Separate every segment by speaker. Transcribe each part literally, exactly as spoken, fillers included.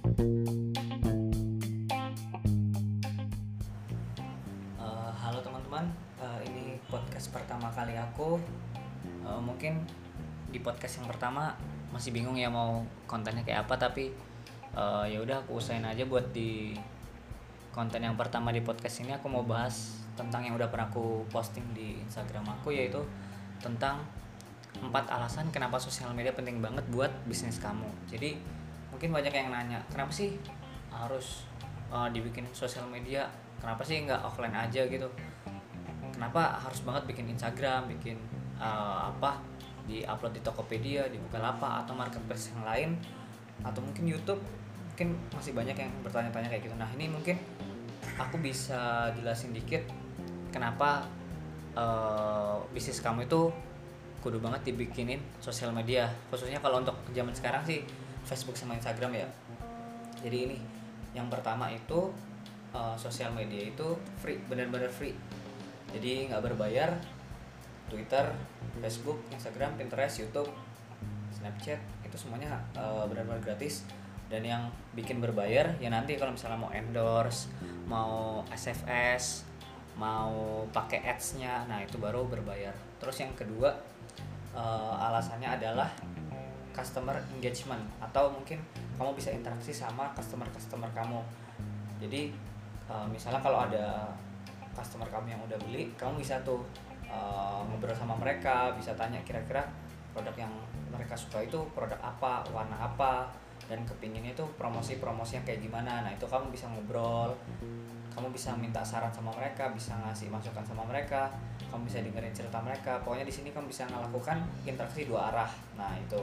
Speaker 1: Uh, halo teman-teman, uh, ini podcast pertama kali aku. Uh, mungkin di podcast yang pertama masih bingung ya mau kontennya kayak apa, tapi uh, ya udah aku usahain aja buat di konten yang pertama di podcast ini aku mau bahas tentang yang udah pernah aku posting di Instagram aku, yaitu tentang empat alasan kenapa sosial media penting banget buat bisnis kamu. Jadi mungkin banyak yang nanya, kenapa sih harus uh, dibikin sosial media? Kenapa sih nggak offline aja gitu? Kenapa harus banget bikin Instagram, bikin uh, apa di upload di Tokopedia, di Bukalapak atau marketplace yang lain, atau mungkin YouTube? Mungkin masih banyak yang bertanya-tanya kayak gitu. Nah ini mungkin aku bisa jelasin dikit kenapa uh, bisnis kamu itu kudu banget dibikinin sosial media, khususnya kalau untuk zaman sekarang sih Facebook sama Instagram ya. Jadi ini yang pertama itu uh, sosial media itu free, benar-benar free. Jadi nggak berbayar. Twitter, Facebook, Instagram, Pinterest, YouTube, Snapchat itu semuanya uh, benar-benar gratis. Dan yang bikin berbayar ya nanti kalau misalnya mau endorse, mau S F S, mau pakai ads-nya, nah itu baru berbayar. Terus yang kedua uh, alasannya adalah customer engagement, atau mungkin kamu bisa interaksi sama customer-customer kamu. Jadi uh, misalnya kalau ada customer kamu yang udah beli, kamu bisa tuh uh, ngobrol sama mereka, bisa tanya kira-kira produk yang mereka suka itu produk apa, warna apa, dan kepinginnya itu promosi-promosi yang kayak gimana. Nah itu kamu bisa ngobrol, kamu bisa minta saran sama mereka, bisa ngasih masukan sama mereka, kamu bisa dengerin cerita mereka. Pokoknya di sini kamu bisa melakukan interaksi dua arah. Nah itu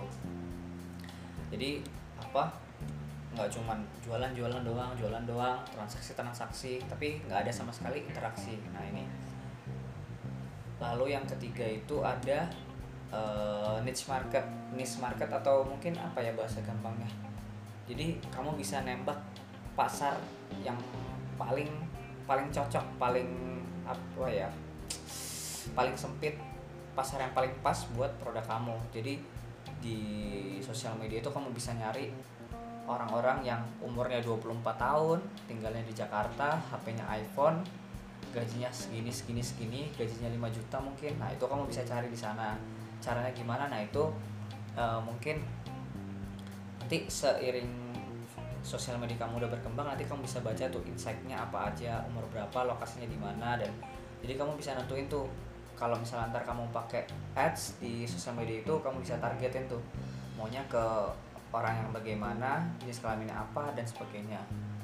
Speaker 1: jadi apa, nggak cuman jualan-jualan doang, jualan doang, transaksi-transaksi, tapi nggak ada sama sekali interaksi. Nah ini. Lalu yang ketiga itu ada uh, niche market, niche market atau mungkin apa ya bahasa gampangnya. Jadi kamu bisa nembak pasar yang paling paling cocok, paling apa ya, paling sempit, pasar yang paling pas buat produk kamu. Jadi di sosial media itu kamu bisa nyari orang-orang yang umurnya dua puluh empat tahun, tinggalnya di Jakarta, H P-nya iPhone, gajinya segini segini segini, gajinya lima juta mungkin. Nah, itu kamu bisa cari di sana. Caranya gimana? Nah, itu uh, mungkin nanti seiring sosial media kamu udah berkembang, nanti kamu bisa baca tuh insight-nya apa aja, umur berapa, lokasinya di mana, dan jadi kamu bisa nentuin tuh kalau misalnya ntar kamu pakai ads di sosial media itu, kamu bisa targetin tuh maunya ke orang yang bagaimana, jenis kelaminnya apa, dan sebagainya.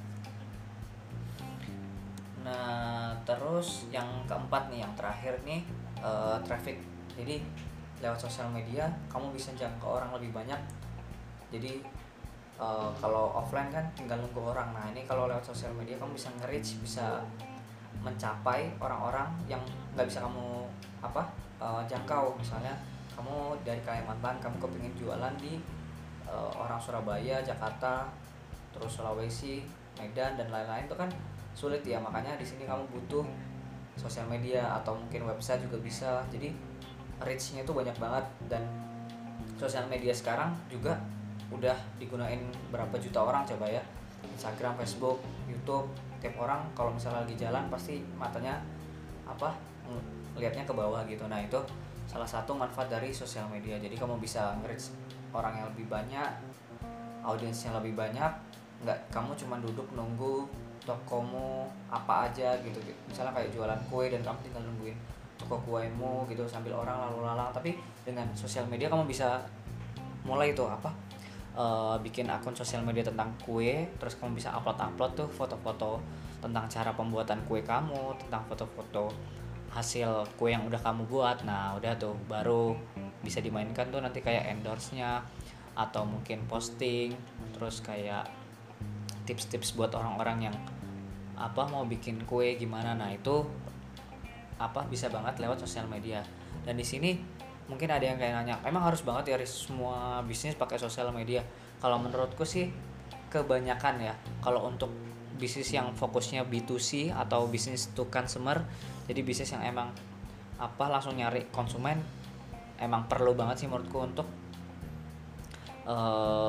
Speaker 1: Nah terus yang keempat nih, yang terakhir nih, uh, traffic. Jadi lewat sosial media kamu bisa jangkau orang lebih banyak. Jadi uh, kalau offline kan tinggal nunggu orang. Nah ini kalau lewat sosial media kamu bisa nge-reach, bisa mencapai orang-orang yang nggak bisa kamu apa uh, jangkau. Misalnya kamu dari Kalimantan, kamu kepingin jualan di uh, orang Surabaya, Jakarta, terus Sulawesi, Medan, dan lain-lain, itu kan sulit ya. Makanya di sini kamu butuh sosial media atau mungkin website juga bisa. Jadi reach-nya itu banyak banget, dan sosial media sekarang juga udah digunain berapa juta orang coba ya. Instagram, Facebook, YouTube, tiap orang kalau misalnya lagi jalan pasti matanya apa lihatnya ke bawah gitu. Nah itu salah satu manfaat dari sosial media. Jadi kamu bisa nge-reach orang yang lebih banyak, audiensnya lebih banyak. Nggak kamu cuma duduk nunggu tokomu apa aja gitu, gitu. Misalnya kayak jualan kue dan kamu tinggal nungguin toko kuemu gitu sambil orang lalu lalang. Tapi dengan sosial media kamu bisa mulai itu apa Uh, bikin akun sosial media tentang kue, terus kamu bisa upload-upload tuh foto-foto tentang cara pembuatan kue kamu, tentang foto-foto hasil kue yang udah kamu buat. Nah udah tuh baru bisa dimainkan tuh nanti kayak endorse-nya, atau mungkin posting, terus kayak tips-tips buat orang-orang yang apa mau bikin kue gimana. Nah itu apa bisa banget lewat sosial media. Dan di sini mungkin ada yang kayak nanya, emang harus banget ya semua bisnis pakai sosial media? Kalau menurutku sih kebanyakan ya. Kalau untuk bisnis yang fokusnya B to C atau bisnis to consumer, jadi bisnis yang emang apa langsung nyari konsumen, emang perlu banget sih menurutku untuk uh,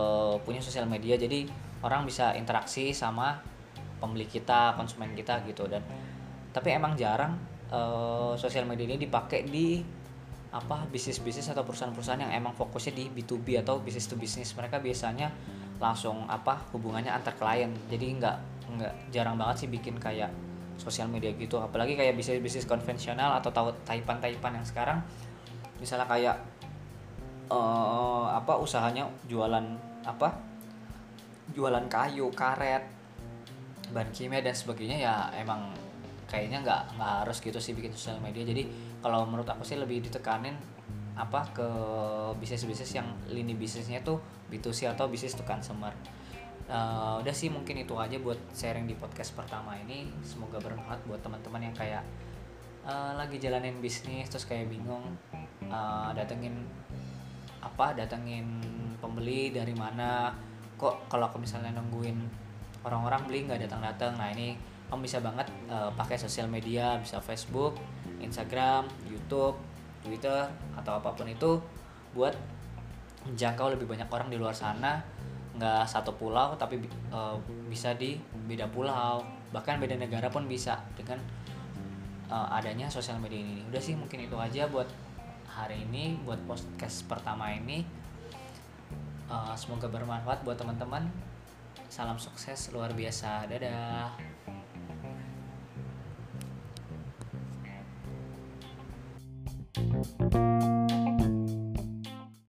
Speaker 1: punya sosial media, jadi orang bisa interaksi sama pembeli kita, konsumen kita gitu. Dan tapi emang jarang uh, sosial media ini dipakai di apa bisnis-bisnis atau perusahaan-perusahaan yang emang fokusnya di B to B atau bisnis to bisnis. Mereka biasanya langsung apa hubungannya antar klien, jadi nggak nggak jarang banget sih bikin kayak sosial media gitu. Apalagi kayak bisnis-bisnis konvensional atau taipan-taipan yang sekarang misalnya kayak uh, apa usahanya jualan apa jualan kayu, karet, bahan kimia dan sebagainya, ya emang kayaknya nggak nggak harus gitu sih bikin sosial media. Jadi kalau menurut aku sih lebih ditekanin apa ke bisnis-bisnis yang lini bisnisnya tuh B to C atau bisnis to consumer. Uh, udah sih mungkin itu aja buat sharing di podcast pertama ini. Semoga bermanfaat buat teman-teman yang kayak uh, lagi jalanin bisnis terus kayak bingung uh, datengin apa datengin pembeli dari mana, kok kalau aku misalnya nungguin orang-orang beli nggak datang-datang. Nah ini kamu bisa banget uh, pakai sosial media, bisa Facebook, Instagram, YouTube, Twitter atau apapun itu buat menjangkau lebih banyak orang di luar sana. Nggak satu pulau tapi uh, bisa di beda pulau, bahkan beda negara pun bisa dengan uh, adanya sosial media ini. Udah sih mungkin itu aja buat hari ini, buat podcast pertama ini. Uh, semoga bermanfaat buat teman-teman. Salam sukses luar biasa. Dadah.